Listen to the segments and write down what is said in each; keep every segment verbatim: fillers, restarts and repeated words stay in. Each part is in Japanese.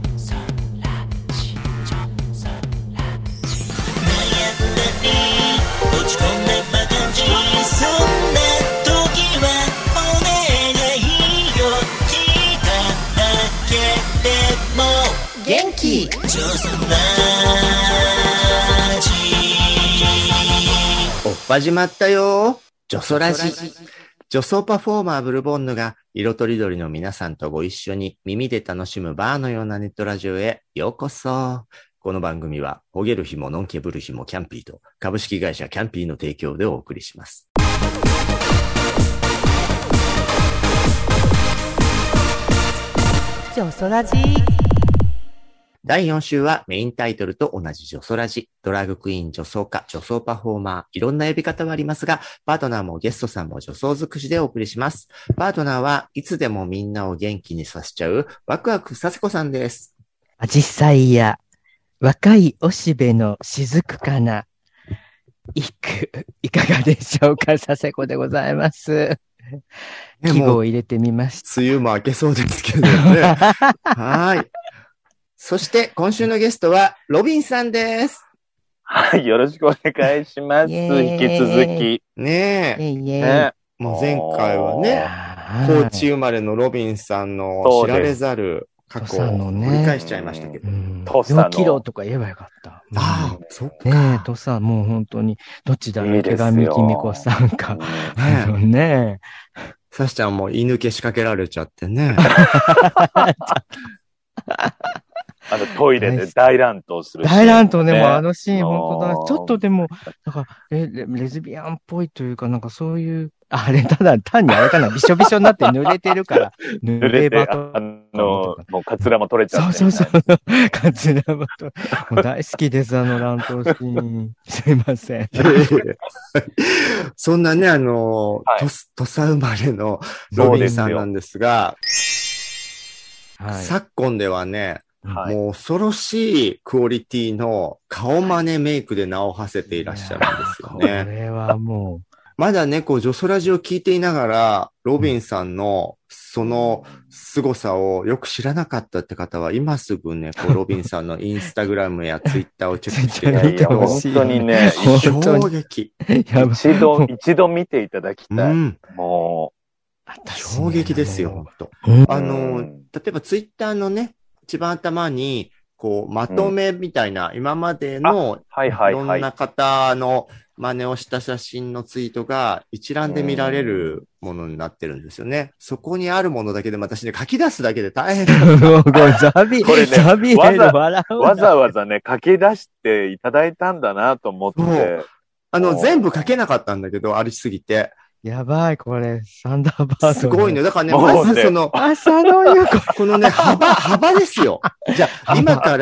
元気おっ始まったよジョソラジ。女装パフォーマーブルボンヌが色とりどりの皆さんとご一緒に耳で楽しむバーのようなネットラジオへようこそ。この番組はほげる日ものんけぶる日もキャンピーと株式会社キャンピーの提供でお送りします。 ジョソラジ。 だいよん週はメインタイトルと同じジョソラジ。ドラッグクイーン、女装家、女装パフォーマー、いろんな呼び方はありますが、パートナーもゲストさんも女装尽くしでお送りします。パートナーはいつでもみんなを元気にさせちゃうワクワクさせこさんです。 あじさいや若いおしべの雫かな。いく、いかがでしょうか。させこでございます。季語を入れてみました。 梅雨も明けそうですけどね。はい。そして今週のゲストはロビンさんです。 はい、よろしくお願いします。引き続き。 ねえ。ねもう前回はね、高知生まれのロビンさんの知られざる過去を繰り返しちゃいましたけど。 土佐のよんキロとか言えばよかった。 ああ、そっか。 ねえ、土佐もう本当に、どっちだろう、手紙きみこさんか。ねえ。ねえ。 さしちゃんも居抜け仕掛けられちゃってね。 あのトイレで大乱闘する、 ね。大乱闘ね、もうあのシーン本当だ。ちょっとでも、なんかレ、レズビアンっぽいというか、なんかそういう、あれ、ただ単にあれかな、びしょびしょになって濡れてるから、 濡ればと。あの、もうカツラも取れちゃって。 そうそうそう。カツラもと。もう大好きです、あの乱闘シーン。すいません。 そんなね、あの、はい、土佐生まれのロビンさんなんですが、はい、昨今ではね、はい、もう恐ろしいクオリティの顔真似メイクで名を馳せていらっしゃるんですよね。 これはもう。 まだね、こう、ジョソラジを聞いていながら、ロビンさんのその凄さをよく知らなかったって方は、今すぐね、こう、ロビンさんのインスタグラムやツイッターをチェックしてみてほしい。本当にね、 衝撃。 一度、一度見ていただきたい。うん、もう、衝撃ですよ、本当。あの、例えばツイッターのね、一番頭に、こう、まとめみたいな、うん、今までの、いろんな方の真似をした写真のツイートが一覧で見られるものになってるんですよね。うん、そこにあるものだけで私ね、書き出すだけで大変だ。 ザビ、これね、ザビわざわざわざね、書き出していただいたんだなと思って。 あの、全部書けなかったんだけど、ありすぎて。 やばい、これ、サンダーバード。 すごいね。だからね、まずその、 朝のゆこ。 このね、幅、幅ですよ。じゃあ、今から、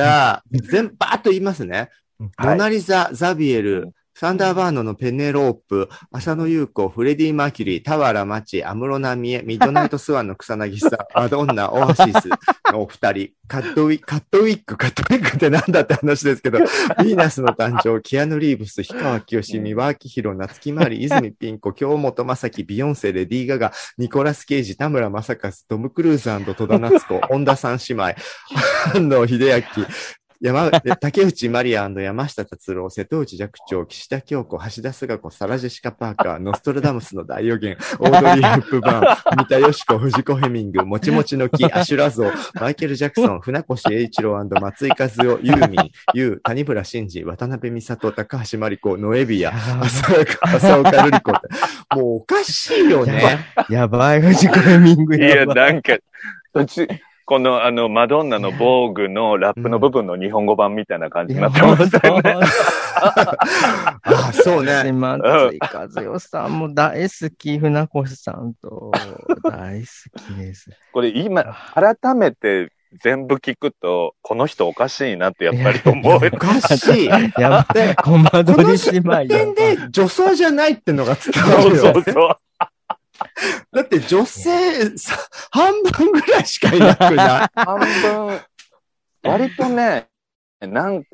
全、バーっと言いますね。モナリザ、ザビエル、サンダーバードのペネロープ、浅野ゆう子、フレディ・マーキュリー、俵マチ、安室奈美恵、ミッドナイトスワンの草薙さん、マドンナ、オアシスのお二人、カットウィック、カットウィック、カットウィックってなんだって話ですけど、ヴィーナスの誕生、キアヌ・リーブス、氷川きよし、三輪明宏、夏木マリ、泉ピン子、京本正樹、ビヨンセ、レディー・ガガ、ニコラス・ケイジ、田村正和、トム・クルーズ&戸田夏子、本田三姉妹、安藤秀明、山、竹内まりや&山下達郎、瀬戸内寂聴、岸田京子、橋田壽賀子、サラジェシカ・パーカー、ノストラダムスの大予言、オードリー・ヘップバーン、三田佳子、藤子ヘミング、もちもちの木、アシュラゾウ、マイケル・ジャクソン、船越英一郎&松井和夫、ユーミン、ユー、谷村新司、渡辺美里、高橋真理子、ノエビア、浅岡瑠璃子って、もうおかしいよね。 やばい、藤子ヘミングやばい。いや、なんか、途中、このあの、マドンナの防具のラップの部分の日本語版みたいな感じになってましたよね。 あ、そうね。 松井和代さんも大好き、船越さんと大好きです。 これ今、改めて全部聞くと、この人おかしいなってやっぱり思う。おかしい。 やばい。コマ撮り姉妹。 こので女装じゃないってのが伝わるよね。そうそうそう。だって女性さ、半分ぐらいしかいなくない？ 半分。割とね、なんか、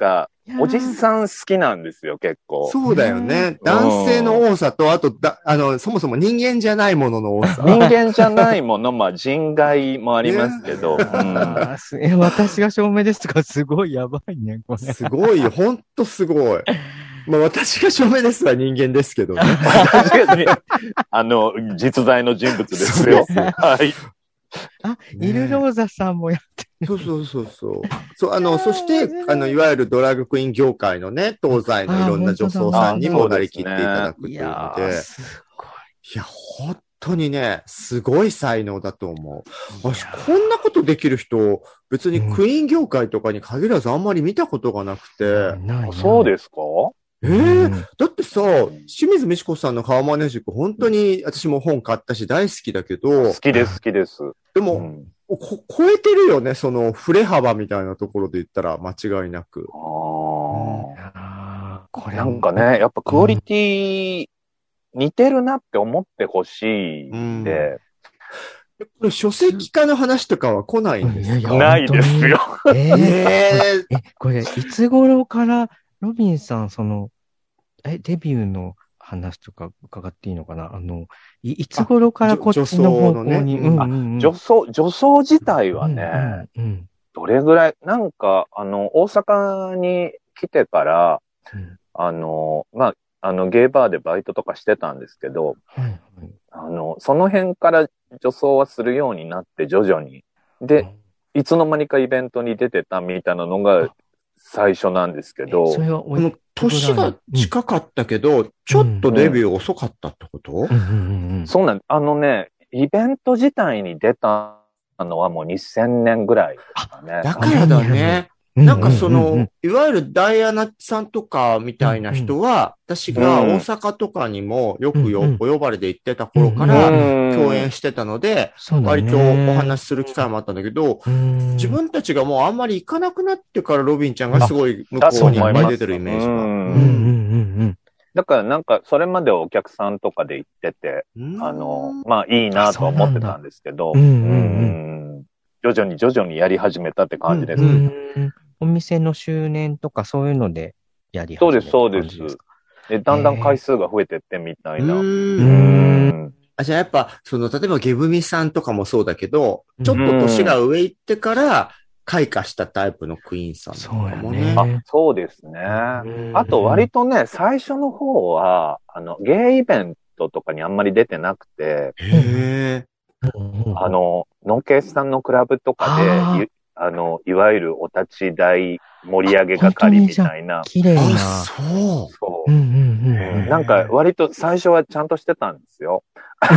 おじさん好きなんですよ、結構。 そうだよね。男性の多さと、あとだ、あの、そもそも人間じゃないものの多さ。 人間じゃないもの、まあ人外もありますけど。うん、 あすえ私が証明ですとか、すごいやばいね、これ。 すごいよ、ほんとすごい。まあ私が証明ですは人間ですけどね。 あの、実在の人物ですよ。はい。 あ、イルローザさんもやってる。 そうそうそうそう。そう、あの、そして、あの、いわゆるドラッグクイーン業界のね、東西のいろんな女装さんにもなりきっていただくというので。いや、いや、本当にね、すごい才能だと思う。私、こんなことできる人、別にクイーン業界とかに限らずあんまり見たことがなくて。 うん、 そうですか？ ええー、だってさ、清水美智子さんのハーマネジック、本当に私も本買ったし大好きだけど。 好きです、好きです。 でも、うんこ超えてるよね、その振れ幅みたいなところで言ったら間違いなく。ああ、うん、なんかね、やっぱクオリティ似てるなって思ってほしいんで、 うん、これ書籍化の話とかは来ないんですか？ ないですよ。 えー、えー、これいつ頃からロビンさん、その、え、デビューの話とか伺っていいのかな？あの、い, いつ頃からこっちの方向に。 女装、女装自体はね、うんうんうん、どれぐらい、なんか、あの、大阪に来てから、うん、あの、まあ、あの、ゲイバーでバイトとかしてたんですけど、はいはい、あの、その辺から女装はするようになって徐々に。で、うん、いつの間にかイベントに出てたみたいなのが最初なんですけど、 それは年が近かったけど、うん、ちょっとデビュー遅かったってこと？うんうんうん、そうなん、あのね、イベント自体に出たのはもうにせんねんぐらいですかね。 だからだね。なんかその、いわゆるダイアナさんとかみたいな人は、私が大阪とかにもよくよお呼ばれで行ってた頃から共演してたので、割とお話しする機会もあったんだけど、自分たちがもうあんまり行かなくなってからロビンちゃんがすごい向こうにいっぱい出てるイメージが。 だからなんかそれまでお客さんとかで行ってて、あの、まあいいなと思ってたんですけど、徐々に徐々にやり始めたって感じです。 お店の周年とかそういうのでやり始めた。 そうです、そうです。で、だんだん回数が増えてってみたいな。うーん。あ、じゃあやっぱ、その、例えばゲブミさんとかもそうだけど、ちょっと年が上行ってから開花したタイプのクイーンさんとかもね。 あ、そうですね。あと割とね、最初の方は、あの、ゲイイベントとかにあんまり出てなくて、へー。あの、ノンケイスさんのクラブとかで、あの、いわゆるお立ち台盛り上げ係みたいな。 綺麗な。 あ、そう。 そう。うんうんうん、なんか割と最初はちゃんとしてたんですよ。あ、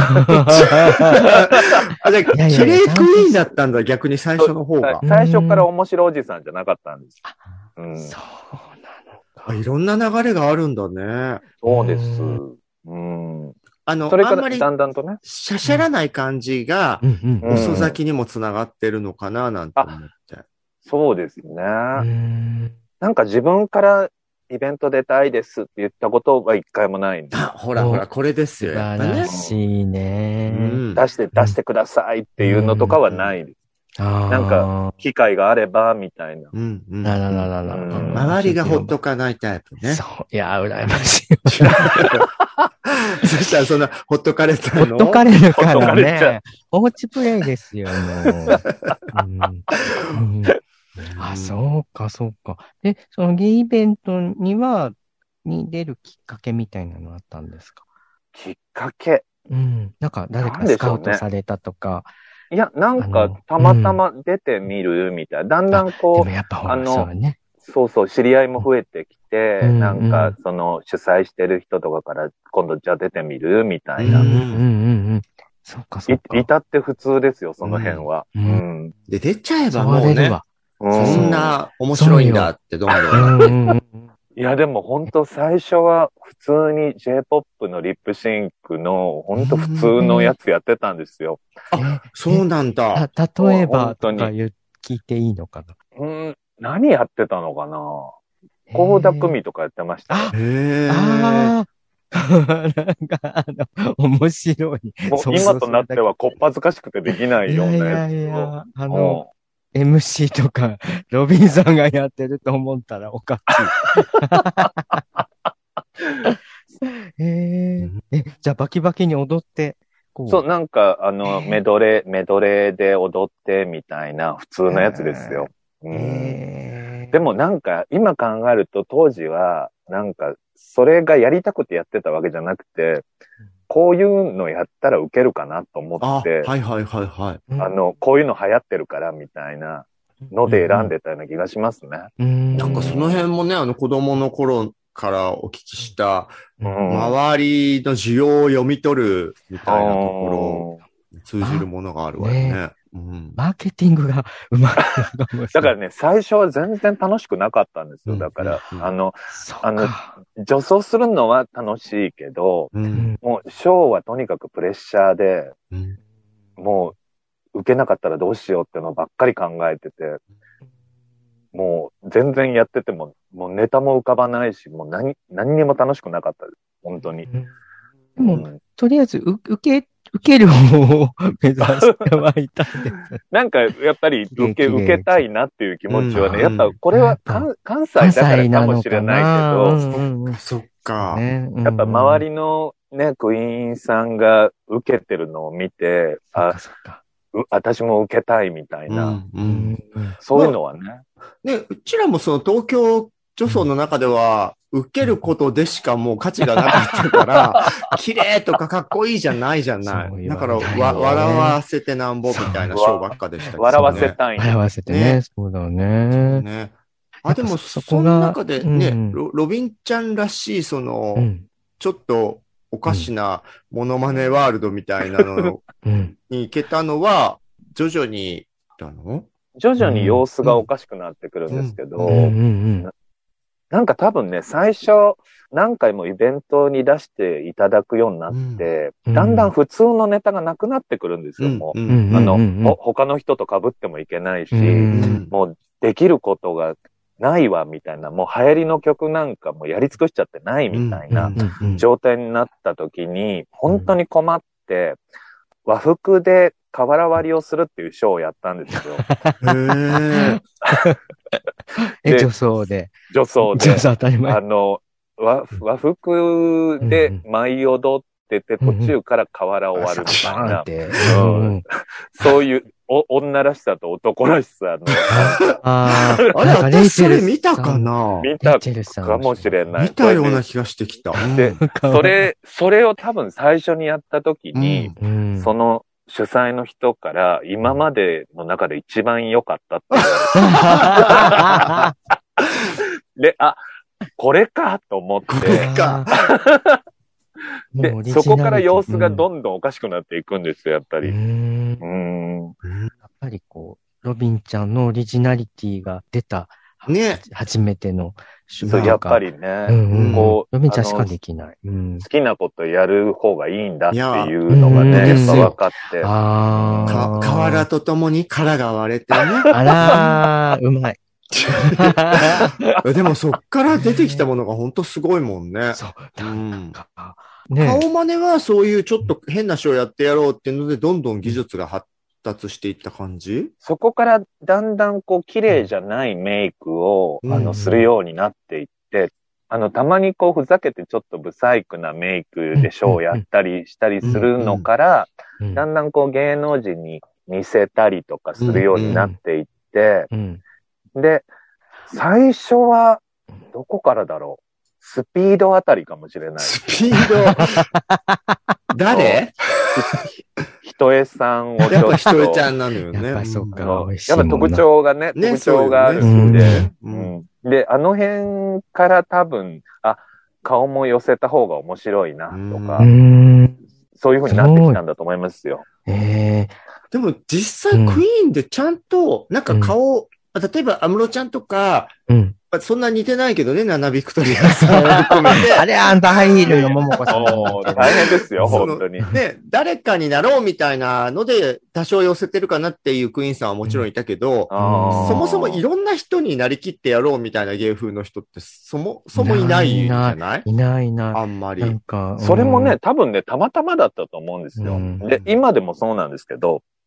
じゃあ、綺麗クイーンだったんだ、逆に最初の方が。 最初から面白おじさんじゃなかったんです。 うん、そうなのか。いろんな流れがあるんだね。 そうです。うん。 あの、 それからだんだんとね。 しゃしゃらない感じが、遅咲きにもつながってるのかな、なんて思って。 そうですね。なんか自分からイベント出たいですって言ったことは一回もないんです。 あ、ほらほら、これですよ。 素晴らしいね、 うん。出して、出してくださいっていうのとかはないです。なんか、機会があれば、みたいな。 うんうん、 ならららら。 周りがほっとかないタイプね。 そう。いや、羨ましい。 そしたら、そんな、ほっとかれたの？ ほっとかれるからね。おうちプレイですよ、もう。うんうん、あ、そうか、そうか。で、そのゲイイベントには、に出るきっかけみたいなのあったんですか？ きっかけ。 うん。なんか、誰かスカウトされたとか。 いや、なんか、たまたま出てみるみたいな。だんだんこう、 でもやっぱほら、あの、そうね。 そうそう、知り合いも増えてきて、うんうん、なんか、その、主催してる人とかから、今度じゃあ出てみるみたいな。うんうんうんうん。 そうか、そうか。 い、至って普通ですよ、その辺は。うん。うん、 で、出ちゃえばもうね、うん、そんな面白いんだって、どんどん。 いや、でも本当最初は普通に J-ポップ のリップシンクの本当普通のやつやってたんですよ。 あ、そうなんだ。 た、例えばとか聞いていいのかな？ うん、何やってたのかな？倖田來未とかやってましたよ。 へああ。なんか、あの、面白い。 もう今となってはこっぱずかしくてできないようなやつ。 いやいやいや、あの、 エムシー とか、ロビンさんがやってると思ったらおかしい。えー、え、じゃあバキバキに踊って、こうそう、なんか、あの、メドレー、メドレーで踊ってみたいな普通のやつですよ。うん、でもなんか、今考えると当時は、なんか、それがやりたくてやってたわけじゃなくて、こういうのやったらウケるかなと思って、 はいはいはいはい。 あの、こういうの流行ってるからみたいなので選んでたような気がしますね。 うん、なんかその辺もね、あの子供の頃からお聞きした、うん、周りの需要を読み取るみたいなところ、通じるものがあるわよね。ねうん、マーケティングがうまい。 だからね、最初は全然楽しくなかったんですよ。だから、うんうん、あの、あの、女装するのは楽しいけど、うん、もう、ショーはとにかくプレッシャーで、うん、もう、受けなかったらどうしようってのばっかり考えてて、もう、全然やってても、もうネタも浮かばないし、もう何、何にも楽しくなかったです。本当に。 でも、うん、とりあえず、う、受け、受ける方を目指してはいたんです。 なんか、やっぱり受け、受けたいなっていう気持ちはね、うん、やっぱこれは関関西だからかもしれないけど、 うんうん、そっか、 ねうんうん。やっぱ周りのね、クイーンさんが受けてるのを見て、あ、私も受けたいみたいな、うんうん、そういうのはね、まあ。 ね、うちらもその東京女装の中では、受けることでしかもう価値がなかったから、綺麗とかかっこいいじゃないじゃない。だからわ、笑わせてなんぼみたいなショーばっかでしたけどね。 笑わせたい、 ね。笑わせてね。そうだね。 ねあ、でもそこの中でね、うん、ロ, ロビンちゃんらしい、その、うん、ちょっとおかしなモノマネワールドみたいなのに行けたのは、徐々に、だの徐々に様子がおかしくなってくるんですけど、なんか多分ね、最初、何回もイベントに出していただくようになって、うん、だんだん普通のネタがなくなってくるんですよ、うん、もう。うん、あの、うん、他の人と被ってもいけないし、うん、もうできることがないわ、みたいな、もう流行りの曲なんかもやり尽くしちゃってないみたいな状態になった時に、本当に困って、和服で瓦割りをするっていうショーをやったんですよ。 へえ、女装で。 女装で。 女装当たり前。 あの、和、和服で舞い踊ってて、途中から瓦を割るみたいな。うん、そういうお女らしさと男らしさの。 ああ、あれ、私それ見たかな見たかもしれない。 見たような気がしてきた。 で、それ、それを多分最初にやった時に、うん、その、主催の人から今までの中で一番良かったって言われて。で、あ、これかと思って。これか。で、そこから様子がどんどんおかしくなっていくんですよ、やっぱり。うーん。 うんやっぱりこう、ロビンちゃんのオリジナリティが出た。ね。初めてのそう、やっぱりね。 うんうん、こう、ロビンちゃんしかできない、 うん。好きなことやる方がいいんだっていうのがね、やっぱ分かって。 ああ。瓦とともに殻が割れてね。 あらー、うまい。 でもそっから出てきたものが本当すごいもんね。そう。うんね、顔真似はそういうちょっと変なショーやってやろうっていうので、どんどん技術が発達していった感じ？ そこからだんだんこう綺麗じゃないメイクを、うん、あのするようになっていって、あのたまにこうふざけてちょっとブサイクなメイクでショーをやったりしたりするのから、だんだんこう芸能人に似せたりとかするようになっていって、うんうん、で、最初はどこからだろうスピードあたりかもしれない。 スピード誰ひとえさんをちょっと。 やっぱひとえちゃんなのよね。 やっぱそうか。 やっぱ特徴がね、特徴があるんで、うんうん。で、あの辺から多分、あ、顔も寄せた方が面白いな、とか、そういう風になってきたんだと思いますよ。 へでも実際クイーンでちゃんと、なんか顔、うん、例えば安室ちゃんとか、うんそんな似てないけどね、ナナビクトリアさんを含めて。 あれ、あんたハイヒールの桃子さん。 大変ですよ、本当に。 ね、誰かになろうみたいなので、多少寄せてるかなっていうクイーンさんはもちろんいたけど、うん、そもそもいろんな人になりきってやろうみたいな芸風の人って、そもそもいないんじゃないいないな。 あんまり。 なんか、 うん、それもね、多分ね、たまたまだったと思うんですよ。うん、で、今でもそうなんですけど、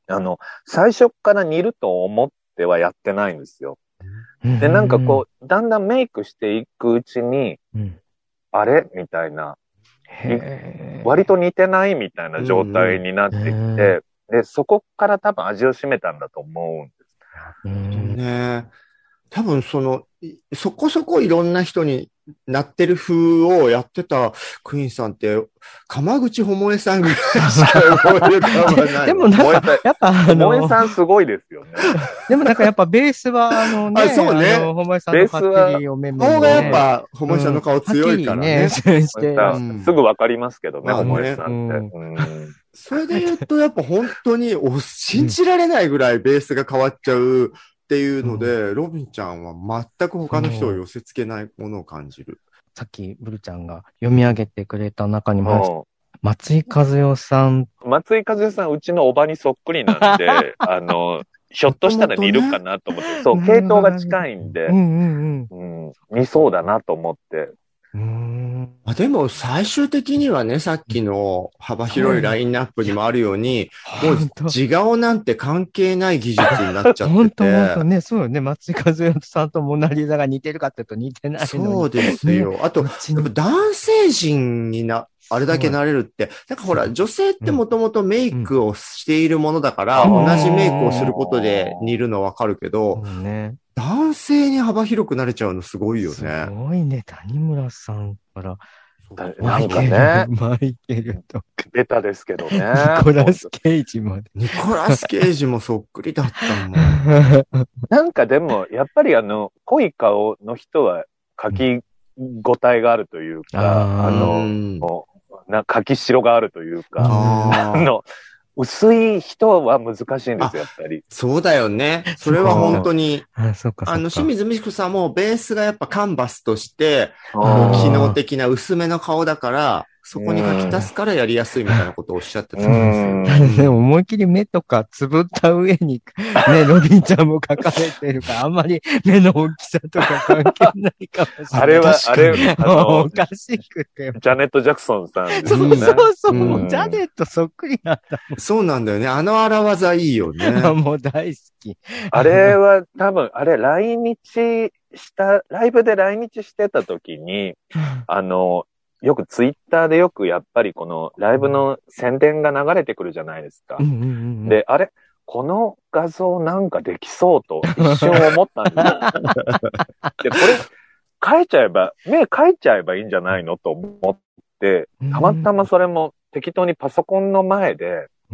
あの、最初から似ると思ってはやってないんですよ。で、なんかこう、だんだんメイクしていくうちに、うん、あれみたいな、割と似てないみたいな状態になってきて、で、そこから多分味を占めたんだと思うんです。 うんね、多分その、そこそこいろんな人になってる風をやってたクイーンさんって、鎌口百恵さんぐらいしか覚えるかはない。 でもなんか、やっぱあの、 百恵さんすごいですよね。 でもなんかやっぱベースはあのね、 あ、そうね。 百恵さんのはっきりお目目顔がやっぱ百恵さんの顔強いからね。 すぐわかりますけどね、百恵さんって。 それで言うとやっぱ本当に信じられないぐらいベースが変わっちゃう。っていうので、うん、ロビンちゃんは全く他の人を寄せ付けないものを感じる。 さっきブルちゃんが読み上げてくれた中にも、松井和代さん。 松井和代さん、うちのおばにそっくりなんで、あの、ひょっとしたら似るかなと思って、ね、そう、系統が近いんで、うんうんうんうん、似そうだなと思って。 うーんあでも最終的にはね、さっきの幅広いラインナップにもあるように、もう地顔なんて関係ない技術になっちゃってて。 本当本当ね、そうよね。松井和代さんとモナリザが似てるかって言うと似てないのに。 そうですよ。ね、あと、男性陣にな、あれだけなれるって、なんかほら、女性ってもともとメイクをしているものだから、うん、同じメイクをすることで似るのわかるけど、うんね、男性に幅広くなれちゃうのすごいよね。すごいね。谷村さんから。 なんかね。 マイケルとか。 ベタですけどね。ニコラス・ケイジまで。 ニコラス・ケイジもそっくりだったもん。 なんかでも、やっぱりあの、濃い顔の人は書き応えがあるというか、あ, あの、な書きしろがあるというか、あの、薄い人は難しいんですよ、やっぱり。 そうだよね。それは本当に。 あ, そうかそうかあの、清水美智子さんもベースがやっぱカンバスとして、機能的な薄めの顔だから、そこに書き足すからやりやすいみたいなことをおっしゃってたんですよ。 でも思いっきり目とかつぶった上に、ね、ロビンちゃんも書かれてるから、あんまり目の大きさとか関係ないかもしれない。 あれは、あれ、あの、 おかしくて。 ジャネット・ジャクソンさんですよね。そうそうそう、うん、ジャネットそっくりなんだもん。 そうなんだよね。あの荒技いいよね。 もう大好き。 あれは多分、あれ来日した、ライブで来日してた時に、あの、よくツイッターでよくやっぱりこのライブの宣伝が流れてくるじゃないですか。うんうんうん、で、あれこの画像なんかできそうと一瞬思ったんですよ。で、これ描いちゃえば、目描いちゃえばいいんじゃないのと思って、たまたまそれも適当にパソコンの前で、うん、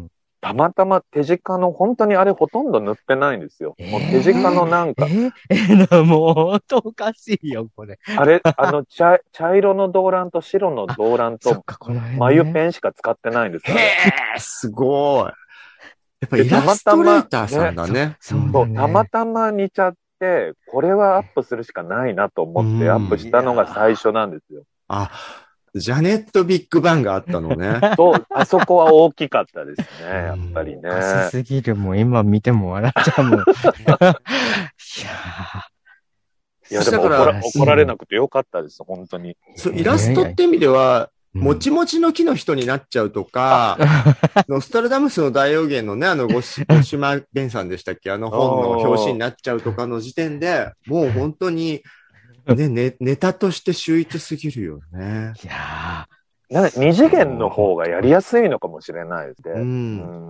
たまたま手近の、本当にあれほとんど塗ってないんですよ。もう手近のなんか。 えー、えー、もう本当おかしいよ、これ。 あれ、あの茶、茶色の動乱と白の動乱と、眉ペンしか使ってないんですよ。 へー、すごい。やっぱイラストレーターさんだね。 そう、たまたま似ちゃって、これはアップするしかないなと思ってアップしたのが最初なんですよ。 あ、ジャネット・ビッグバンがあったのね。 そう、あそこは大きかったですね、やっぱりね。 おかしすぎる、もう今見ても笑っちゃうもん。いやいや、でも怒ら、怒られなくてよかったです、本当に。 そう、イラストって意味では、もちもちの木の人になっちゃうとか、うん、ノストラダムスの大予言のね、あの、五島弁さんでしたっけ、あの本の表紙になっちゃうとかの時点で、もう本当に、ね、ね、ネタとして秀逸すぎるよね。 いやー。なんか二次元の方がやりやすいのかもしれないですね。うん。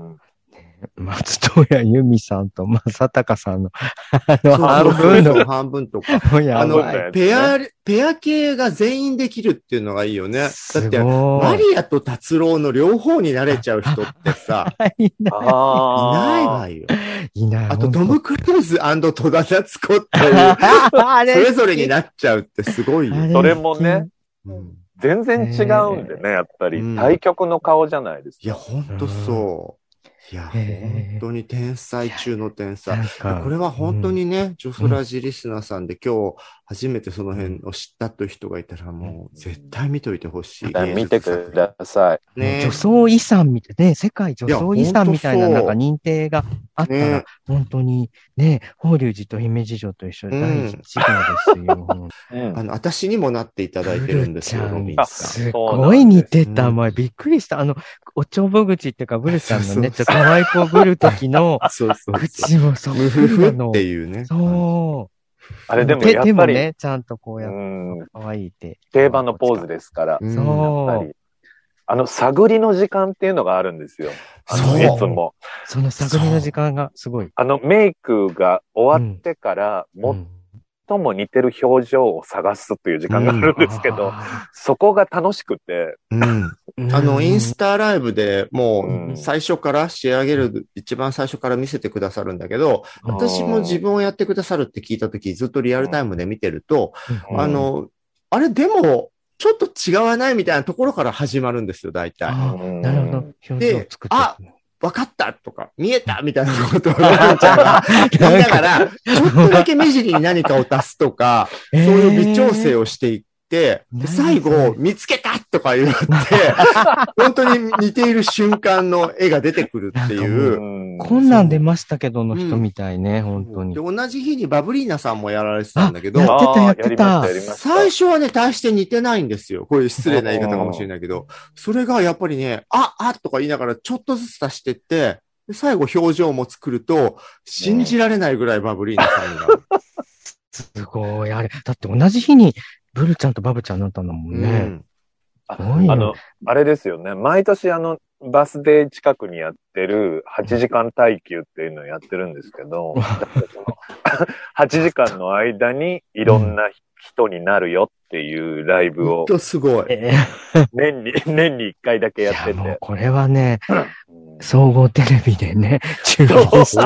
うん松任谷由実さんと正隆さんの、あの、半分の。 半分とか。あの、ペア、ペア系が全員できるっていうのがいいよね。だって、マリアと達郎の両方になれちゃう人ってさ、いないわよ。 いない。 あと、トム・クルーズ&戸田夏子っていう、それぞれになっちゃうってすごいよ。 それもね、全然違うんでね、やっぱり。対極の顔じゃないですか。 いや、ほんとそう。いや、本当に天才中の天才。これは本当にね、うん、ジョソラジリスナーさんで今日初めてその辺を知ったという人がいたらもう絶対見といてほしい。 見てください。 ね、女装遺産みたいね、世界女装遺産みたいななんか認定があったら、ね、本当にね、法隆寺と姫路城と一緒で第一号ですよ。 うん、あの、私にもなっていただいてるんですよ、ロビンさん。 すごい似てた。前びっくりした。あの、おちょぼ口っていうか、ブルちゃんのね、ちょっと可愛い子ぶるときの、 そうそうそう。 口もそっムくりなの。 フフっていうね。 そう。 あれでもやっぱり。 手もね、ちゃんとこうやって、可愛いって。 定番のポーズですから。 そう。やっぱりあの、探りの時間っていうのがあるんですよ。あの、いつも。 その探りの時間がすごい。 あの、メイクが終わってから、最も似てる表情を探すっていう時間があるんですけど、うん、そこが楽しくて。 うん。あの、インスタライブでもう最初から仕上げる、うん、一番最初から見せてくださるんだけど、私も自分をやってくださるって聞いたとき、ずっとリアルタイムで見てると、うん、あの、あれでも、ちょっと違わないみたいなところから始まるんですよ、大体。 なるほど。 で、あ、わかったとか、見えたみたいなことをロビンちゃんが言いながら、ちょっとだけ目尻に何かを足すとか、そういう微調整をしていって、で最後、見つけたとか言って、本当に似ている瞬間の絵が出てくるっていう。 こんなん出ましたけどの人みたいね、うん、本当に。 で、同じ日にバブリーナさんもやられてたんだけど、 やってたやってた。 最初はね、大して似てないんですよ。こういう失礼な言い方かもしれないけど、それがやっぱりね、あ、あとか言いながらちょっとずつ足してって、で最後表情も作ると、信じられないぐらいバブリーナさんになる。 すごい、あれ。だって同じ日にブルちゃんとバブちゃんになったんだもんね。うん、 あ, あの、あれですよね。毎年あの、バースデー近くにやってるはちじかん耐久っていうのをやってるんですけど、はちじかんの間にいろんな人になるよっていうライブを。 ほんとすごい。 年に、年にいっかいだけやってて。 いやもうこれはね、総合テレビでね、中継して、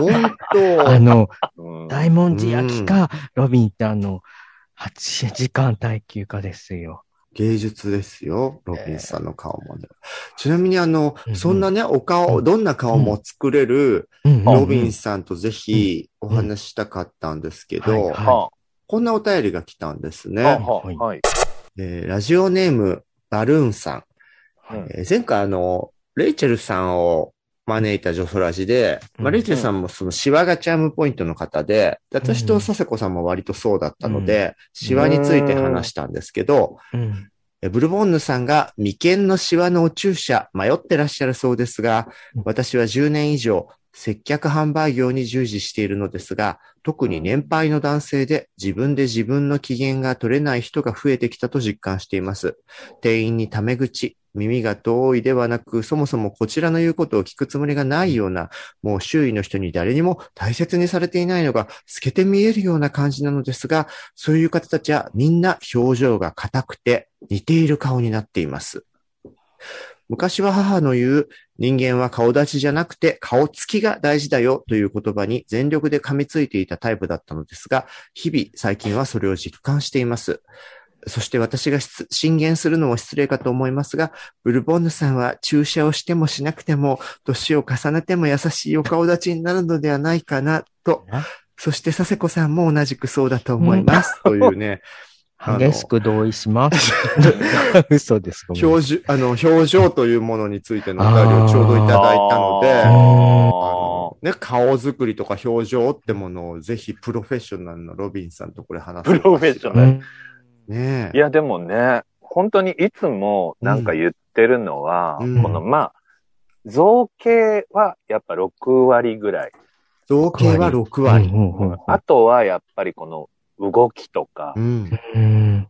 あの、うん、大文字焼きか、ロビンってあの、はちじかん耐久かですよ。 芸術ですよ。ロビンさんの顔もね。ちなみにあの、うんうん、そんなね、お顔、どんな顔も作れる、ロビンさんとぜひお話ししたかったんですけど、こんなお便りが来たんですね。はいえー、ラジオネーム、バルーンさん。はいえー、前回あの、レイチェルさんを招いたジョソラジで、うんまあ、レイチェルさんもそのシワがチャームポイントの方で、私と佐世子さんも割とそうだったので、うん、シワについて話したんですけど、うんブルボンヌさんが眉間のシワのお注射迷ってらっしゃるそうですが、私はじゅうねん以上接客販売業に従事しているのですが、特に年配の男性で自分で自分の機嫌が取れない人が増えてきたと実感しています。店員にタメ口、耳が遠いではなく、そもそもこちらの言うことを聞くつもりがないような、もう周囲の人に誰にも大切にされていないのが透けて見えるような感じなのですが、そういう方たちはみんな表情が硬くて似ている顔になっています。昔は母の言う人間は顔立ちじゃなくて顔つきが大事だよという言葉に全力で噛みついていたタイプだったのですが、日々最近はそれを実感しています。そして私が進言するのも失礼かと思いますが、ブルボンヌさんは注射をしてもしなくても、年を重ねても優しいお顔立ちになるのではないかなと、そして佐世子さんも同じくそうだと思います。というね。 激しく同意します。嘘です。 表情、あの、表情というものについてのお便りをちょうどいただいたので、あのね、顔作りとか表情ってものをぜひプロフェッショナルのロビンさんとこれ話す。 プロフェッショナル。 ねえ。 いや、でもね、本当にいつもなんか言ってるのは、うん、この、まあ、造形はやっぱろくわりぐらい。 造形はろくわり。うんうんうん、あとはやっぱりこの動きとか、うん、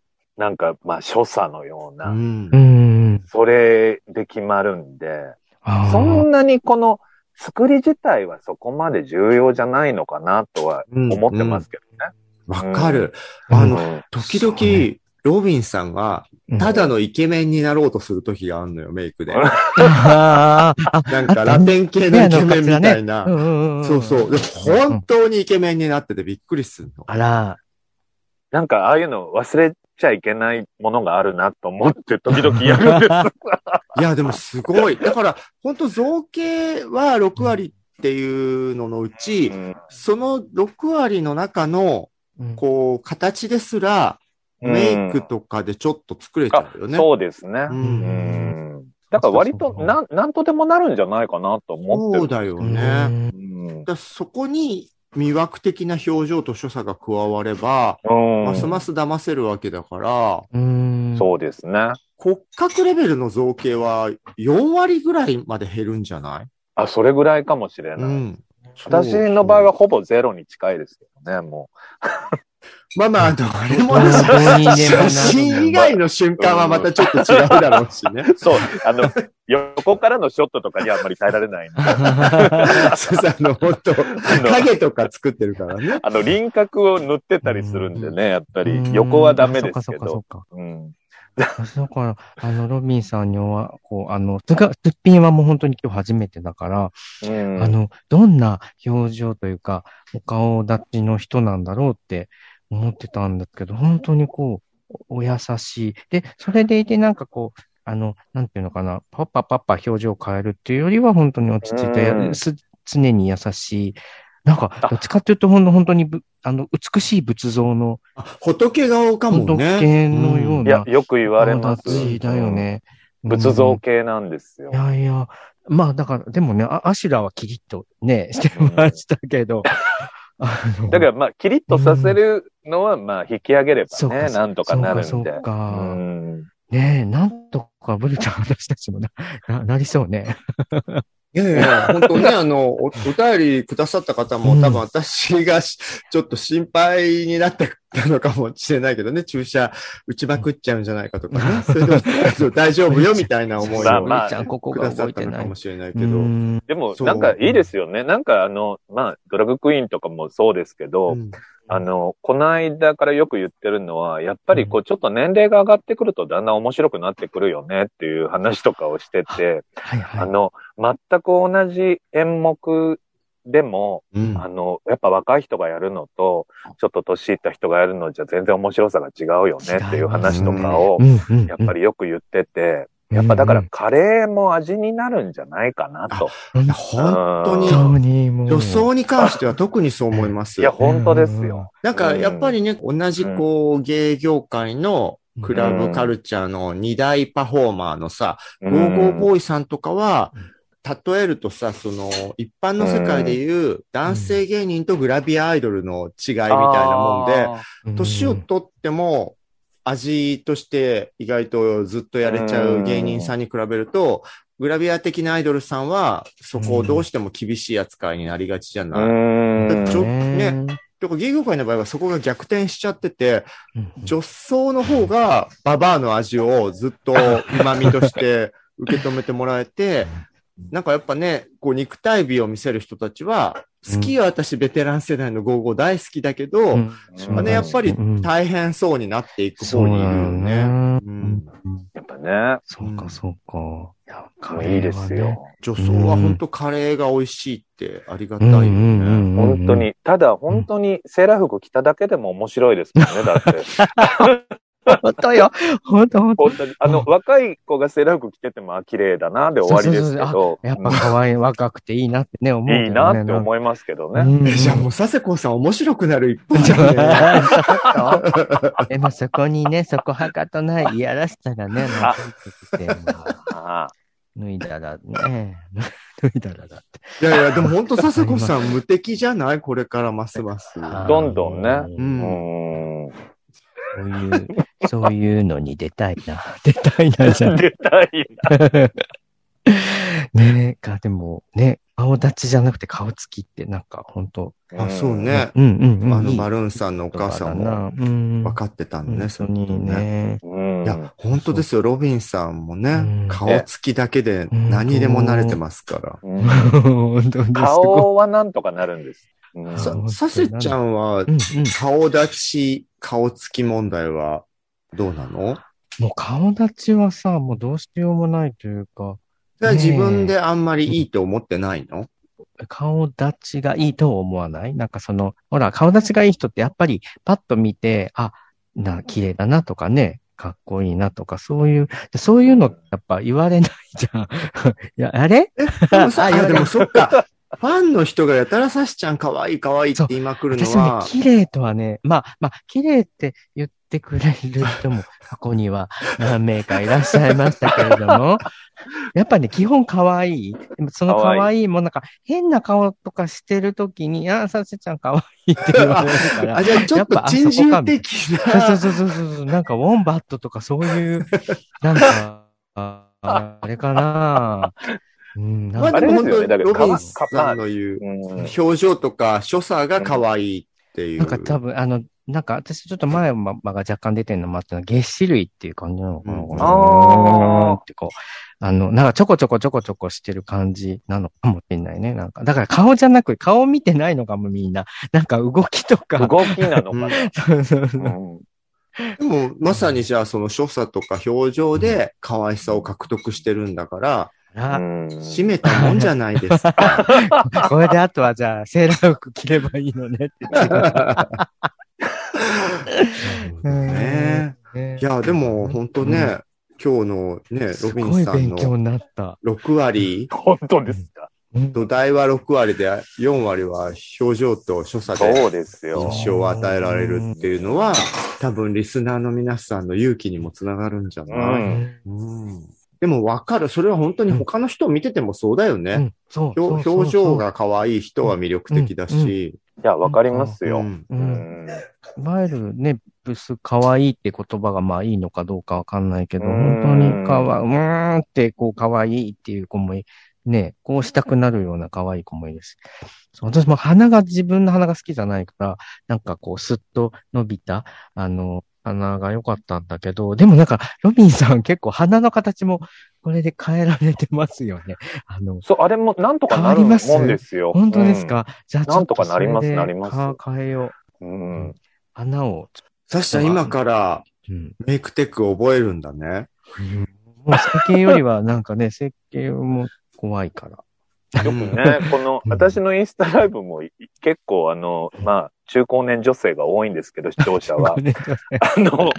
なんかまあ所作のような、うん、それで決まるんで、そんなにこの作り自体はそこまで重要じゃないのかなとは思ってますけどね。 わ、うんうん、かる。あの、うん、時々、ロビンさんが、ただのイケメンになろうとする時があるのよ、メイクで。なんか、ラテン系のイケメンみたいな。そうそう。で本当にイケメンになっててびっくりするの。 あら。 なんか、ああいうの忘れちゃいけないものがあるなと思って時々やるんです。 いや、でもすごい。だから、本当造形はろくわりっていうののうち、うん、そのろくわりの中の、こう、形ですら、メイクとかでちょっと作れちゃうよね。 うん、そうですね。うん。だから割と、なん、なんとでもなるんじゃないかなと思ってる。 そうだよね。うん、だそこに魅惑的な表情と所作が加われば、うん、ますます騙せるわけだから、 うん、そうですね。 骨格レベルの造形はよんわりぐらいまで減るんじゃない？ あ、それぐらいかもしれない。うん、私の場合はほぼゼロに近いですけどね、もう。 まあまあ、どれも写真以外の瞬間はまたちょっと違うだろうしね。 そう、あの、横からのショットとかにはあんまり耐えられないんで。 そうそう、あの、本当影とか作ってるからね。 あの、輪郭を塗ってたりするんでね、やっぱり。横はダメですけど。そうか、そうか。うん。 だから、あの、ロビンさんには、こう、あの、つが、すっぴんはもう本当に今日初めてだから、うん、あの、どんな表情というか、お顔立ちの人なんだろうって思ってたんですけど、本当にこう、お優しい。で、それでいてなんかこう、あの、なんていうのかな、パッパパッパ表情を変えるっていうよりは、本当に落ち着いて、うん、常に優しい。なんか、どっちかっていうと、ほんの本当にぶ、あの、美しい仏像の。 仏顔かもね。 仏のような。うん、いや、よく言われます。 形だよね、 うん。仏像系なんですよ。 いやいや、まあ、だから、でもね、アシュラはキリッとね、してましたけど。 うん、だから、まあ、キリッとさせるのは、まあ、引き上げればね、なんとかなるんで。 そうか、そうか。うんねえ、なんとかブルちゃん私たちもな、な、なりそうね。 いやいや、本当ね、あの、お、お便りくださった方も、うん、多分私がちょっと心配になってたのかもしれないけどね、注射打ちまくっちゃうんじゃないかとかね、それでも大丈夫よみたいな思いを、 まあ、くださったのかもしれないけど。 でも、なんかいいですよね。なんかあの、まあ、ドラッグクイーンとかもそうですけど、うんあの、この間からよく言ってるのは、やっぱりこう、ちょっと年齢が上がってくるとだんだん面白くなってくるよねっていう話とかをしてて、はいはい、あの、全く同じ演目でも、うん、あの、やっぱ若い人がやるのと、ちょっと年いった人がやるのじゃ全然面白さが違うよねっていう話とかを、やっぱりよく言ってて、やっぱだからカレーも味になるんじゃないかなと。 うんうん、本当に、女装に関しては特にそう思います。 いや、本当ですよ。 なんかやっぱりね、同じこう、芸業界のクラブカルチャーの二大パフォーマーのさ、ゴーゴーボーイさんとかは、例えるとさ、その、一般の世界でいう男性芸人とグラビアアイドルの違いみたいなもんで、年を取っても、味として意外とずっとやれちゃう芸人さんに比べると、グラビア的なアイドルさんはそこをどうしても厳しい扱いになりがちじゃない。ちょね、とか芸業界の場合はそこが逆転しちゃってて、女装の方がババアの味をずっと旨味として受け止めてもらえて、なんかやっぱね、こう肉体美を見せる人たちは、好きよ、私ベテラン世代のゴーゴー大好きだけど、うんまあね、やっぱり大変そうになっていく方にいるよね。うん、 やっぱね。 そうか、そうか。 いや、カレーいいですよ。 女装は本当カレーが美味しいってありがたいよね。 本当に。ただ本当にセーラー服着ただけでも面白いですもんね、だって。 本当よ。本当本当。 本当に。あの、うん、若い子がセーラー服着てても、あ、綺麗だな、で終わりですけど。そうそうそうやっぱ可愛い、若くていいなってね、思う、ね。 いいなって思いますけどね。 うん、じゃあもう、佐世子さん面白くなる一方じゃん、 ね。でもそこにね、そこはかとない、いやらしさがね、なんか脱いだらね、脱いだらだって。 いやいや、でも本当佐世子さん無敵じゃないこれからますます。 どんどんね。 うん。うんそういう、そういうのに出たいな。出たいなじゃん。 出たいな。 ねえ、か、でも、ね、顔立ちじゃなくて顔つきってなんか本当あ、そうね。 うんうんうん。 あの、バルーンさんのお母さんも分かってたんね、 そにね。 いや、本当ですよ。ロビンさんもね、顔つきだけで何でも慣れてますから。 顔はなんとかなるんです。 さ、させちゃんは、顔立ち、顔つき問題はどうなの？ もう顔立ちはさ、もうどうしようもないというか。 自分であんまりいいと思ってないの？ 顔立ちがいいと思わない？なんかその、ほら、顔立ちがいい人ってやっぱりパッと見て、あ、な、綺麗だなとかね、かっこいいなとか、そういう、そういうのやっぱ言われないじゃん。いや、あれ？ え、でもさ、あ、でもそっか。ファンの人がやたらさしちゃん可愛い可愛いって言いまくるのは。 私もね、綺麗とはね、まあ、まあ、綺麗って言ってくれる人も過去には何名かいらっしゃいましたけれども、やっぱね、基本可愛い。でもその可愛いもなんか変な顔とかしてるときに、あ、させちゃん可愛いって言われるから。 あ、じゃあちょっと珍獣的な。 そうそうそうそうそう。なんかウォンバットとかそういう、なんか、あれかな。 うん、 まあでも本当にロビンさんの言う、表情とか所作が可愛いっていう。 なんか多分、あの、なんか私ちょっと前が若干出てるのもあったのは、月歯類っていう感じなのかな、うん、あーってこう、あの、なんかちょこちょこちょこちょこしてる感じなのかもしれないね。なんか、だから顔じゃなく、顔見てないのかもみんな。なんか動きとか。 動きなのかな。そうそうそう。 うんでも、まさにじゃあその所作とか表情で可愛さを獲得してるんだから、締めたもんじゃないですか。 これであとはじゃあ、セーラー服着ればいいのねって言ってねえ。いや、でも本当ね、今日のね、ロビンさんのろく割。 本当ですか。 土台はろく割でよん割は表情と所作で印象を与えられるっていうのは、多分リスナーの皆さんの勇気にもつながるんじゃない、うんうん、でもわかる。それは本当に他の人を見ててもそうだよね。うんそうそうそう表情が可愛い人は魅力的だし。うんうん、いや、わかりますよ。 うんうん、いわゆるね、ブス可愛いって言葉がまあいいのかどうかわかんないけど、本当に可愛い、うーんってこう可愛いっていう子もね、こうしたくなるような可愛い子もいいです。私も鼻が、自分の鼻が好きじゃないから、なんかこう、スッと伸びた、あの、鼻が良かったんだけど、でもなんか、ロビンさん結構鼻の形も、これで変えられてますよね。あの、 そう、あれもなんとかなるもんですよ。 本当ですか、うん、 じゃあちょっとなんとかなります、なります。 変えよう。うん。鼻を。 サシちゃん今から、メイクテックを覚えるんだね。 うん、もう整形よりはなんかね、整形も、怖いから。 よくね、この、私のインスタライブも結構あの、まあ、中高年女性が多いんですけど、視聴者は。あの、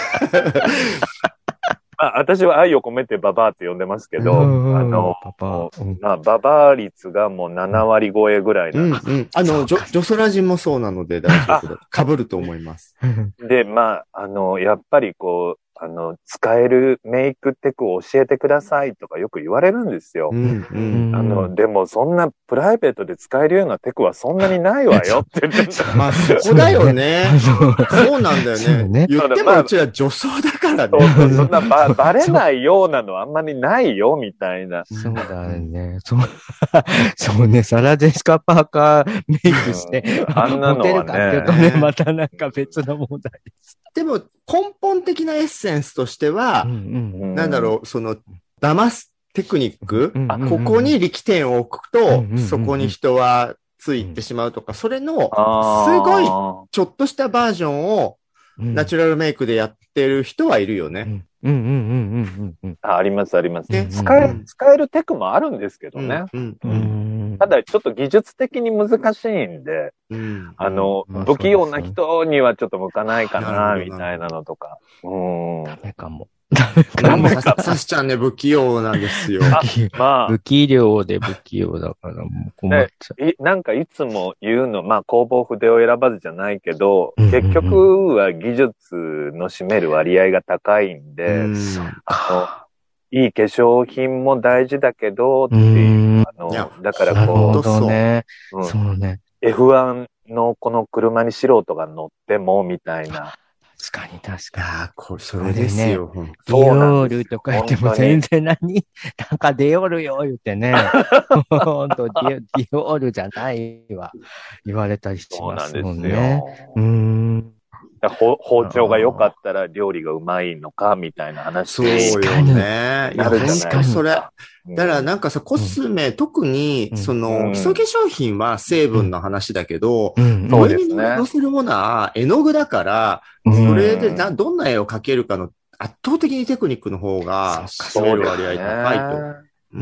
まあ、私は愛を込めてババアって呼んでますけど、あの、まあ、ババア率がもうなな割超えぐらいなんです。 うんうん、あの、ジョ、ジョソラジもそうなので大丈夫だ。被ると思います。 で、まあ、あの、やっぱりこう、あの、使えるメイクテクを教えてくださいとかよく言われるんですよ。うんうん、あの、でもそんなプライベートで使えるようなテクはそんなにないわよって言ってた。 まあそこだよね。そうなんだよね。ね言ってもうちは女装だからね。 そうそう、そんなばバレないようなのあんまりないよみたいな。 そうだね。そう、そうね、サラ・ジェシカ・パーカーメイクして、うん、あんなのはね。モテるかっていうとね、またなんか別の問題です。 でも根本的なエッセンスとしては、うんうん、なんだろう、その、騙すテクニック、うんうんうん、ここに力点を置くと、うんうんうん、そこに人はついてしまうとか、それの、すごい、ちょっとしたバージョンを、ナチュラルメイクでやってる人はいるよね。 うんうんうんうんうん。 あ、ありますあります。ね、使え、使えるテクもあるんですけどね。うんうんうん、ただ、ちょっと技術的に難しいんで、うん、あの、うん、不器用な人にはちょっと向かないかな、みたいなのとか。 うん。ダメかも。 ダメか。サシちゃんね、不器用なんですよ。 まあ。不器量で不器用だからもう困っちゃう。 なんかいつも言うの、まあ、工房筆を選ばずじゃないけど、うんうんうん、結局は技術の占める割合が高いんで、うん、あの、いい化粧品も大事だけど、っていう、あの、だからこう、 そうね。うん、そうね。 エフワン のこの車に素人が乗っても、みたいな。 確かに確かに。 ああ、これ、それですよ。 ね、ディオールとか言っても全然何なんかディオールよ、言ってね。ほんと、ディオールじゃないわ。言われたりしますもんね。そうなんですよ。うーん。 包丁が良かったら料理がうまいのかみたいな話。 そうよね。いや、本当それ。だからなんかさ、コスメ、うん、特に、その、基礎化粧品は成分の話だけど、上に乗せるものは絵の具だから、それでなどんな絵を描けるかの圧倒的にテクニックの方が占める割合高いと。 うん、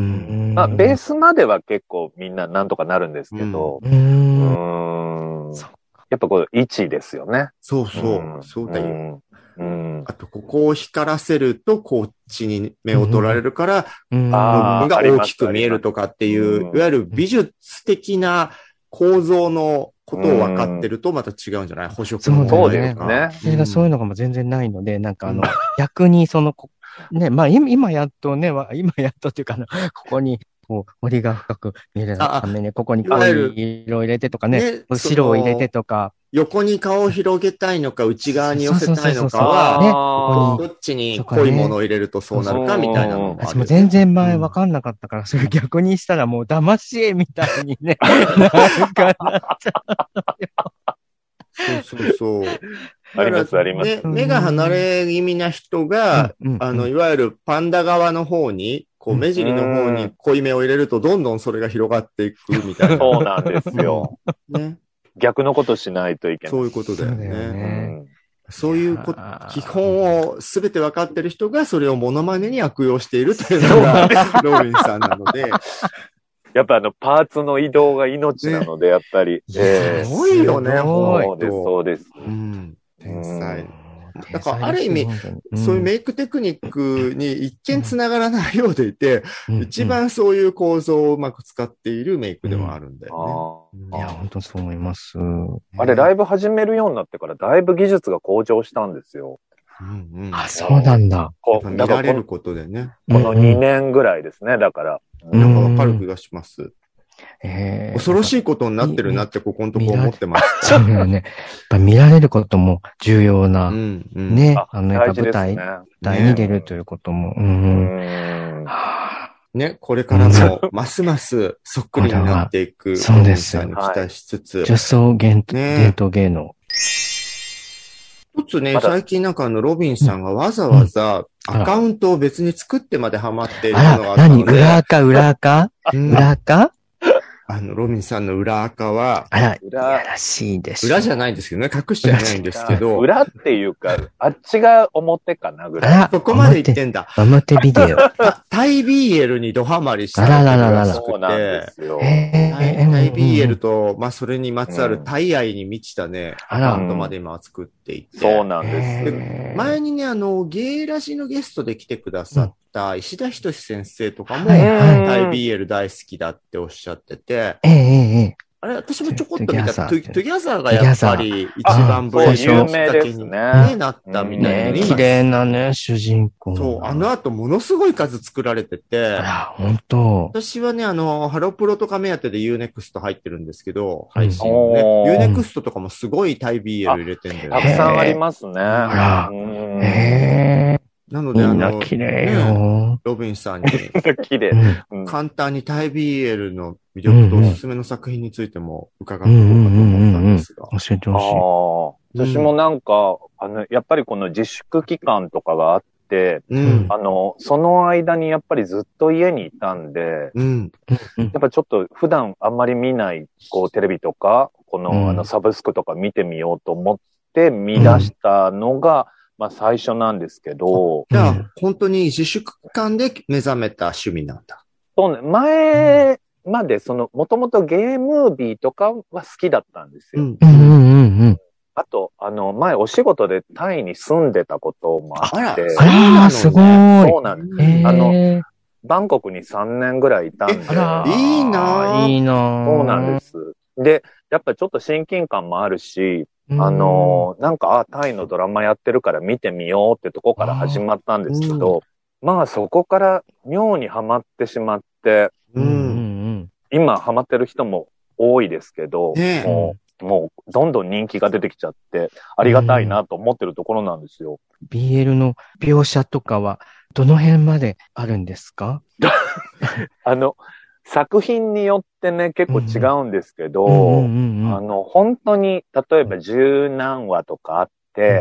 まあ、ベースまでは結構みんななんとかなるんですけど、うん、うんやっぱこう、位置ですよね。 そうそう。うん、そうだよ。うん、あと、ここを光らせると、こっちに目を取られるから、部分が大きく見えるとかっていう、いわゆる美術的な構造のことを分かってると、また違うんじゃない？補色のそうですね。 それそういうのがもう全然ないので、なんかあの、逆にその、ね、まあ今やっとね、今やっとっていうか、ここにこう、彫りが深く見えるために、ここに濃いわゆるい色を入れてとかね、 ね白を入れてとか。 横に顔を広げたいのか、内側に寄せたいのかは、 ね、こどっちに濃いものを入れるとそうなるかみたいなのもある。 私も全然前分かんなかったから、それ逆にしたらもう騙し絵みたいにね、なんかなっちゃう。そうそうそう。 ありますあります。 ね、目が離れ気味な人が、あの、いわゆるパンダ側の方に、こう、目尻の方に濃いめを入れると、どんどんそれが広がっていくみたいな。 そうなんですよ。 ね。 逆のことしないといけない。 そういうことだよね。 そうだよね。 そういうこ基本をすべて分かってる人がそれをモノマネに悪用しているというのがロビンさんなので。 やっぱあのパーツの移動が命なので、やっぱり。 すごいよね、 そうです、そうです。 うん。天才。だからある意味、そういうメイクテクニックに一見つながらないようでいて、一番そういう構造をうまく使っているメイクではあるんだよね。いや、本当そう思います。 あれ、ライブ始めるようになってから、だいぶ技術が向上したんですよ。 うんうん、あ、そうなんだ。 こう見られることでね。 このにねんぐらいですね、だから。 なんかわかる気がします。 えー、 恐ろしいことになってるなってここのとこ思ってます。 そうだよね。やっぱ見られることも重要な、うんうん、ね。あの、やっぱ舞台、ね、舞台に出るということも。うんうんね、これからも、ますますそっくりになっていく。 そうです。 に期待しつつ。 女装伝統芸能。 一つね、最近なんかあの、ロビンさんがわざわざアカウントを別に作ってまでハマっているのがあったので。 何裏垢裏垢裏垢あの、ロビンさんの裏垢は、 あら、裏らしいです。 裏じゃないんですけどね、隠しちゃいないんですけど。 裏っていうか、あっちが表かなぐらい。 そこまで言ってんだ。 表ビデオ。 タイ ビーエル にドハマりしたらしくて。 そうなんですよ。 タイ ビーエル と、まあ、それにまつわるタイ愛に満ちたね、アカウントまで今は作っていて。 そうなんです。 前にね、あの、ゲイラジのゲストで来てくださった石田仁先生とかも、タイ ビーエル 大好きだっておっしゃってて、 ええあれ、私もちょこっと見た、トゥギャザーがやっぱり一番ブレイクのきっかけになったみたいな。 綺麗なね、主人公。 そう、あの後ものすごい数作られてて。 あ、本当。 私はね、あの、ハロプロとか目当てで ユーネクスト 入ってるんですけど、配信のね。ユーネクスト とかもすごいタイ ビーエル 入れてんだよね。 たくさんありますね。 あら。へー。 なので、あの、 綺麗よ。 ロビンさんに、 綺麗。 簡単にタイ ビーエル の魅力とおすすめの作品についても伺っていこうかと思ったんですが。 教えてほしい。私もなんか、あの、やっぱりこの自粛期間とかがあって、あの、その間にやっぱりずっと家にいたんで、やっぱちょっと普段あんまり見ない、こう、テレビとか、この、あの、サブスクとか見てみようと思って見出したのが、まあ最初なんですけど。 じゃあ、本当に自粛間で目覚めた趣味なんだ。 そうね。前まで、その、もともとゲームービーとかは好きだったんですよ。 うんうんうん、 あと、あの、前お仕事でタイに住んでたこともあって。 あら、あらすごい。 そうなんです。あの、バンコクにさんねんぐらいいたんで。 いいなぁ。 いいなぁ。 そうなんです。で、やっぱちょっと親近感もあるし、あのー、なんか、あ、タイのドラマやってるから見てみようってとこから始まったんですけど、まあそこから妙にハマってしまって、 うん、 今ハマってる人も多いですけど、 ね、 もう、もうどんどん人気が出てきちゃって、ありがたいなと思ってるところなんですよ。 ビーエル の描写とかは、どの辺まであるんですか？ あの、作品によってね、結構違うんですけど、あの、本当に、例えば十何話とかあって、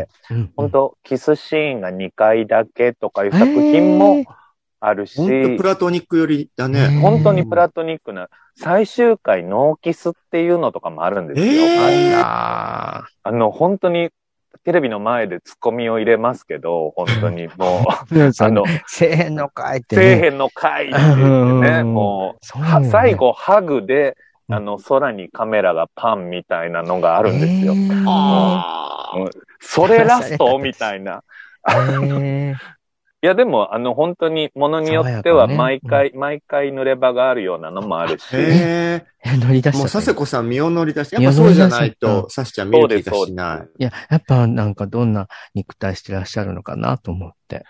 うんうん、本当キスシーンがにかいだけとかいう作品もあるし、 本当プラトニック寄りだね。 本当にプラトニックな、最終回ノーキスっていうのとかもあるんですよ。 えー、 あの、本当に、テレビの前でツッコミを入れますけど、本当にもう、 あの、せえへんのかいってね。 せえへんのかいって言ってね、もう、ね、最後ハグで、あの、空にカメラがパンみたいなのがあるんですよ。もうそれラストみたいな。いや、でも、あの、本当に、ものによっては、毎回、ねうん、毎回濡れ場があるようなのもあるし。 へぇ乗り出した。 もう、佐世子さん身を乗り出して、やっぱそうじゃないと、さしちゃん見る気がしない。 いや、やっぱなんかどんな肉体してらっしゃるのかなと思って。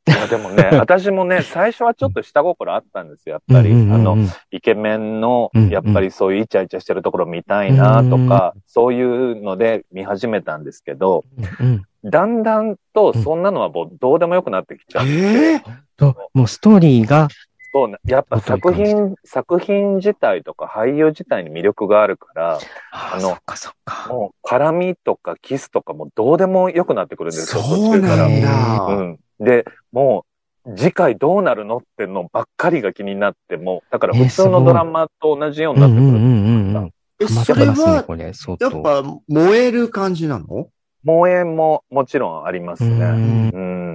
いやでもね、私もね、最初はちょっと下心あったんですよ、やっぱり。うんうんうん、あの、イケメンの、やっぱりそういうイチャイチャしてるところ見たいなとか、うんうん、そういうので見始めたんですけど、うんうん、だんだんとそんなのはもうどうでもよくなってきちゃって。えー、もうストーリーが、 そうね。やっぱ作品、作品自体とか俳優自体に魅力があるから、 あの、そっかそっか。 もう絡みとかキスとかもどうでもよくなってくるんですよ、 そうなんだ。 うん。で、もう、次回どうなるのってのばっかりが気になって、もう、だから普通のドラマと同じようになってくる。 え、それは、やっぱ燃える感じなの？ 燃えももちろんありますね。うん。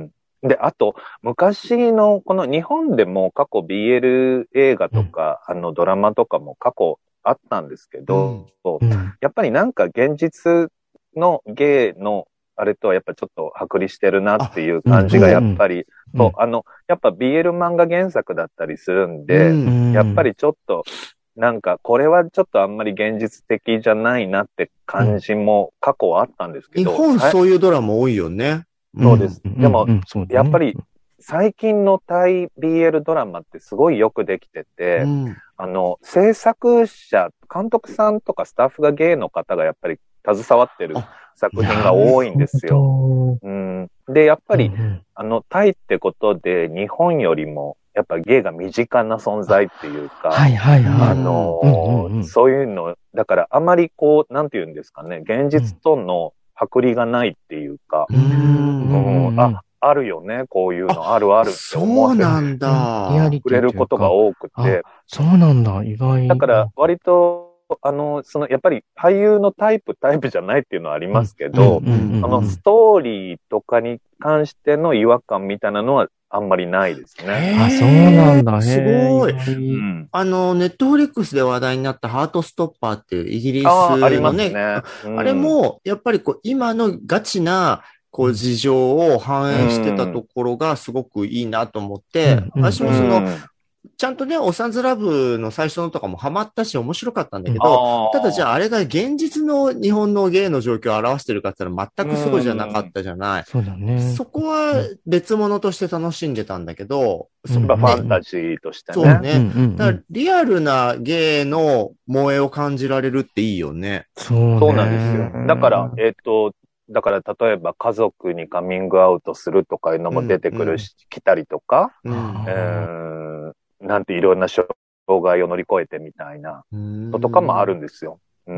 で、あと、昔の、この日本でも過去 ビーエル 映画とか、うん、あのドラマとかも過去あったんですけど、うん、やっぱりなんか現実のゲイのあれとはやっぱちょっと剥離してるなっていう感じがやっぱり、うん、そう、あの、やっぱ ビーエル 漫画原作だったりするんで、うん、やっぱりちょっと、なんかこれはちょっとあんまり現実的じゃないなって感じも過去はあったんですけど。 日本そういうドラマ多いよね。 そうです。うん、でも、うんうんね、やっぱり最近のタイ ビーエル ドラマってすごいよくできてて、うん、あの、制作者、監督さんとかスタッフがゲイの方がやっぱり携わってる作品が多いんですよ。うん、で、やっぱり、うんうん、あの、タイってことで日本よりもやっぱゲイが身近な存在っていうか、 はいはいはい、 あのーうんうんうん、そういうの、だからあまりこう、なんて言うんですかね、現実との剥離がないっていうか、うんうん、あ、あるよね、こういうの、あるあるって思わせて。 そうなんだ。 くれることが多くて。 そうなんだ、意外。 だから割と、あの、その、やっぱり俳優のタイプ、タイプじゃないっていうのはありますけど、あの、ストーリーとかに関しての違和感みたいなのはあんまりないですね。 あ、そうなんだ。 すごい。うん、あの、ネットフリックスで話題になったハートストッパーっていうイギリスのね、あ、ありますね。うん、あれも、やっぱりこう、今のガチな、こう、事情を反映してたところがすごくいいなと思って、うん、私もその、うんちゃんとね、オサンズラブの最初のとかもハマったし面白かったんだけど、ただじゃああれが現実の日本のゲイの状況を表してるかって言ったら全くそうじゃなかったじゃない。 そうだね。 そこは別物として楽しんでたんだけど、 うん、それはファンタジーとしてね。 そうね。だからリアルなゲイの萌えを感じられるっていいよね。 そうね。 そうなんですよ。だから、えっと、だから例えば家族にカミングアウトするとかいうのも出てくるし、うん、来たりとか、うんえーなんていろんな障害を乗り越えてみたいなのとかもあるんですよ。うん。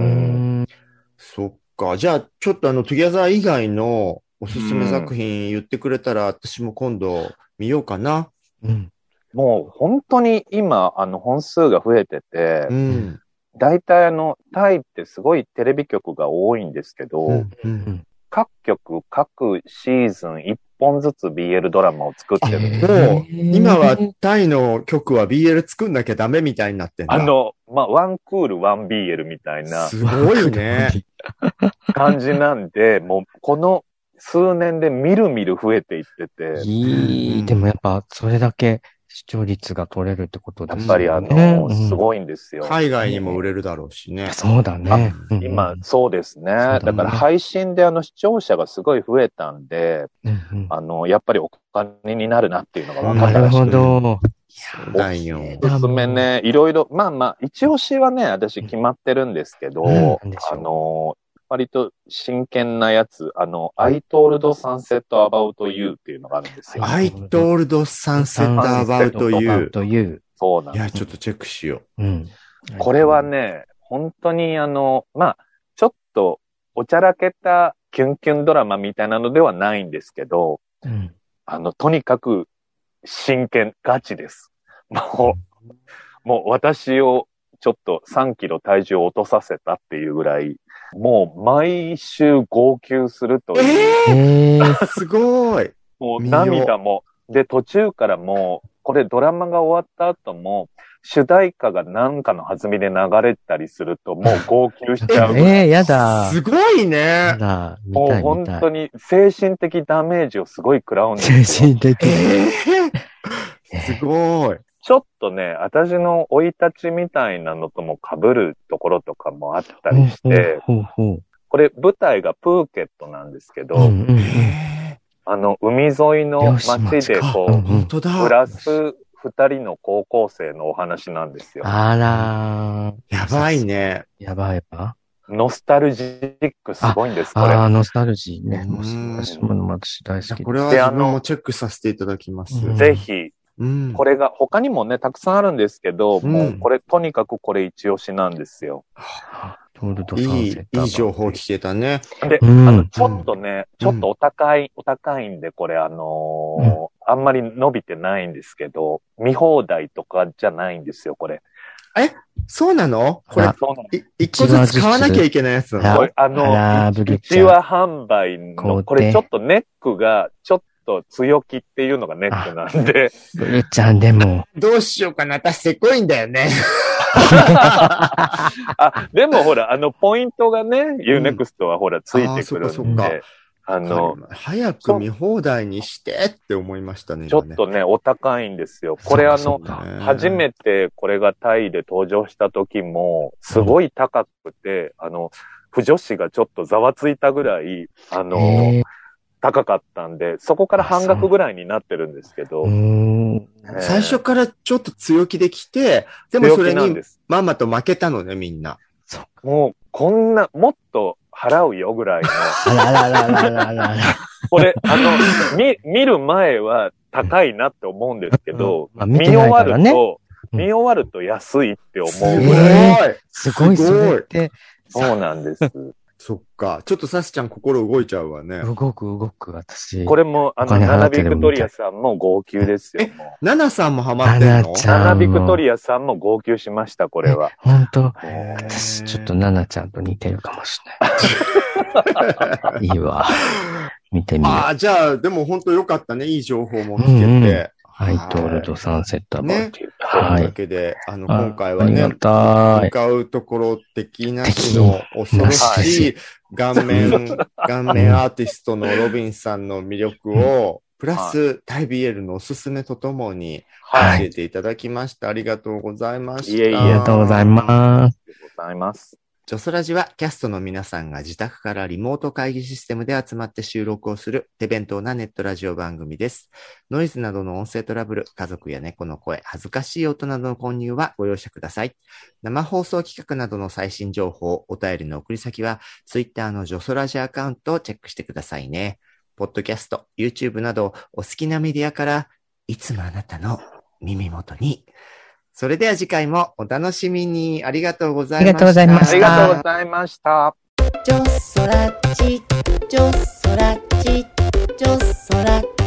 そっか。じゃあ、ちょっとあの、トゥギャザー以外のおすすめ作品言ってくれたら、私も今度見ようかな。 うん。もう本当に今、あの、本数が増えてて、うん、大体あの、タイってすごいテレビ局が多いんですけど、うんうん各局、各シーズンいっぽんずつ ビーエル ドラマを作ってるんです。 もう、今はタイの局は ビーエル 作んなきゃダメみたいになってんだ。 あの、まあ、ワンクール、ワン ビーエル みたいな。 すごいね。 感じなんで、もう、この数年でみるみる増えていってて。 いい、でもやっぱ、それだけ、視聴率が取れるってことですね。 やっぱりあの、うん、すごいんですよ。 海外にも売れるだろうしね。 そうだね。 今、そうですね。だから配信であの視聴者がすごい増えたんで、うんうん、あの、やっぱりお金になるなっていうのが分かったらしくて。 なるほど。 そうだよ。 おすすめね、いろいろ、まあまあ、一押しはね、私決まってるんですけど、うん、あの、割と真剣なやつ、あの、I told Sunset about you っていうのがあるんですよ。 I told Sunset about you。 そうなんです。 いや、ちょっとチェックしよう。うん。 これはね、本当にあの、まあ、ちょっとおちゃらけたキュンキュンドラマみたいなのではないんですけど、うん、あの、とにかく真剣、ガチです。もう、もう私をちょっとさんキロ体重を落とさせたっていうぐらい、もう毎週号泣するという。 えー、すごい。 もう涙も。で、途中からもう、これドラマが終わった後も、主題歌が何かの弾みで流れたりすると、もう号泣しちゃう。 ええー、やだ。 すごいね。 やだ。 もう本当に精神的ダメージをすごい食らうんですよ。 精神的。えー、すごい。 ちょっとね、私の生い立ちみたいなのとも被るところとかもあったりして、ほうほうほうこれ舞台がプーケットなんですけど、うんうんうん、 あの、海沿いの街でこう、 本当だ。 暮らす二人の高校生のお話なんですよ。 あらー。やばいね。 やばいわ。 ノスタルジックすごいんです、これ。 ああ、ノスタルジーね。私も私大好き。 これは自分もチェックさせていただきます。 ぜひ。うん、これが、他にもね、たくさんあるんですけど、うん、もう、これ、とにかくこれ一押しなんですよ。 トールドサンセット。いい、いい情報聞けたね。 で、うん、あの、ちょっとね、ちょっとお高い、お高いんで、これ、あのーうん、あんまり伸びてないんですけど、見放題とかじゃないんですよ、これ。 えそうなのこれ、一個ずつ買わなきゃいけないやつなの？ これ、あの、一話販売の、これちょっとネックが、ちょっと、強気っていうのがネックなんで。 ブルちゃんでも。 どうしようかな。私せこいんだよね。 あ、でもほら、あの、ポイントがね、ユーネクストはほら、ついてくるんで。あの、 早く見放題にしてって思いましたね。 ちょっとね、お高いんですよ。これあの、初めてこれがタイで登場した時も、すごい高くて、あの、不女子がちょっとざわついたぐらい、あの、高かったんで、そこから半額ぐらいになってるんですけど。 最初からちょっと強気で来て、でもそれにまんまと負けたのね、みんな。 もう、こんな、もっと払うよぐらいの。 あらららららら。 これ、あの、見、見る前は高いなって思うんですけど、うんまあ、見, 見終わると、うん、見終わると安いって思うぐらい。 すごい、すごい、それって。 そうなんです。 そっか。ちょっとサスちゃん心動いちゃうわね。 動く動く、私。 これも、あの、ナナビクトリアさんも号泣ですよ。 え、ナナさんもハマってんの？ ナナビクトリアさんも号泣しました、これは。 本当私、ちょっとナナちゃんと似てるかもしれない。いいわ。見てみよう。 ああ、じゃあ、でも本当よかったね。いい情報も聞けて。うんうんはい、トールドサンセットアバウト。 はい。というわけで、あの、今回はね、向かうところ敵なしの恐ろしい顔面、顔面アーティストのロビンさんの魅力を、プラス、タイ ビーエル のおすすめとともに教えていただきました。ありがとうございました。いえいえ、 ありがとうございます。ありがとうございます。 ジョソラジはキャストの皆さんが自宅からリモート会議システムで集まって収録をする手弁当なネットラジオ番組です。ノイズなどの音声トラブル、家族や猫の声、恥ずかしい音などの混入はご容赦ください。生放送企画などの最新情報、お便りの送り先は Twitter のジョソラジアカウントをチェックしてくださいね。ポッドキャスト、YouTube などお好きなメディアからいつもあなたの耳元に。それでは次回もお楽しみに。ありがとうございました。ありがとうございました。 ありがとうございました。 ジョソラジ、ジョソラジ、ジョソラジ。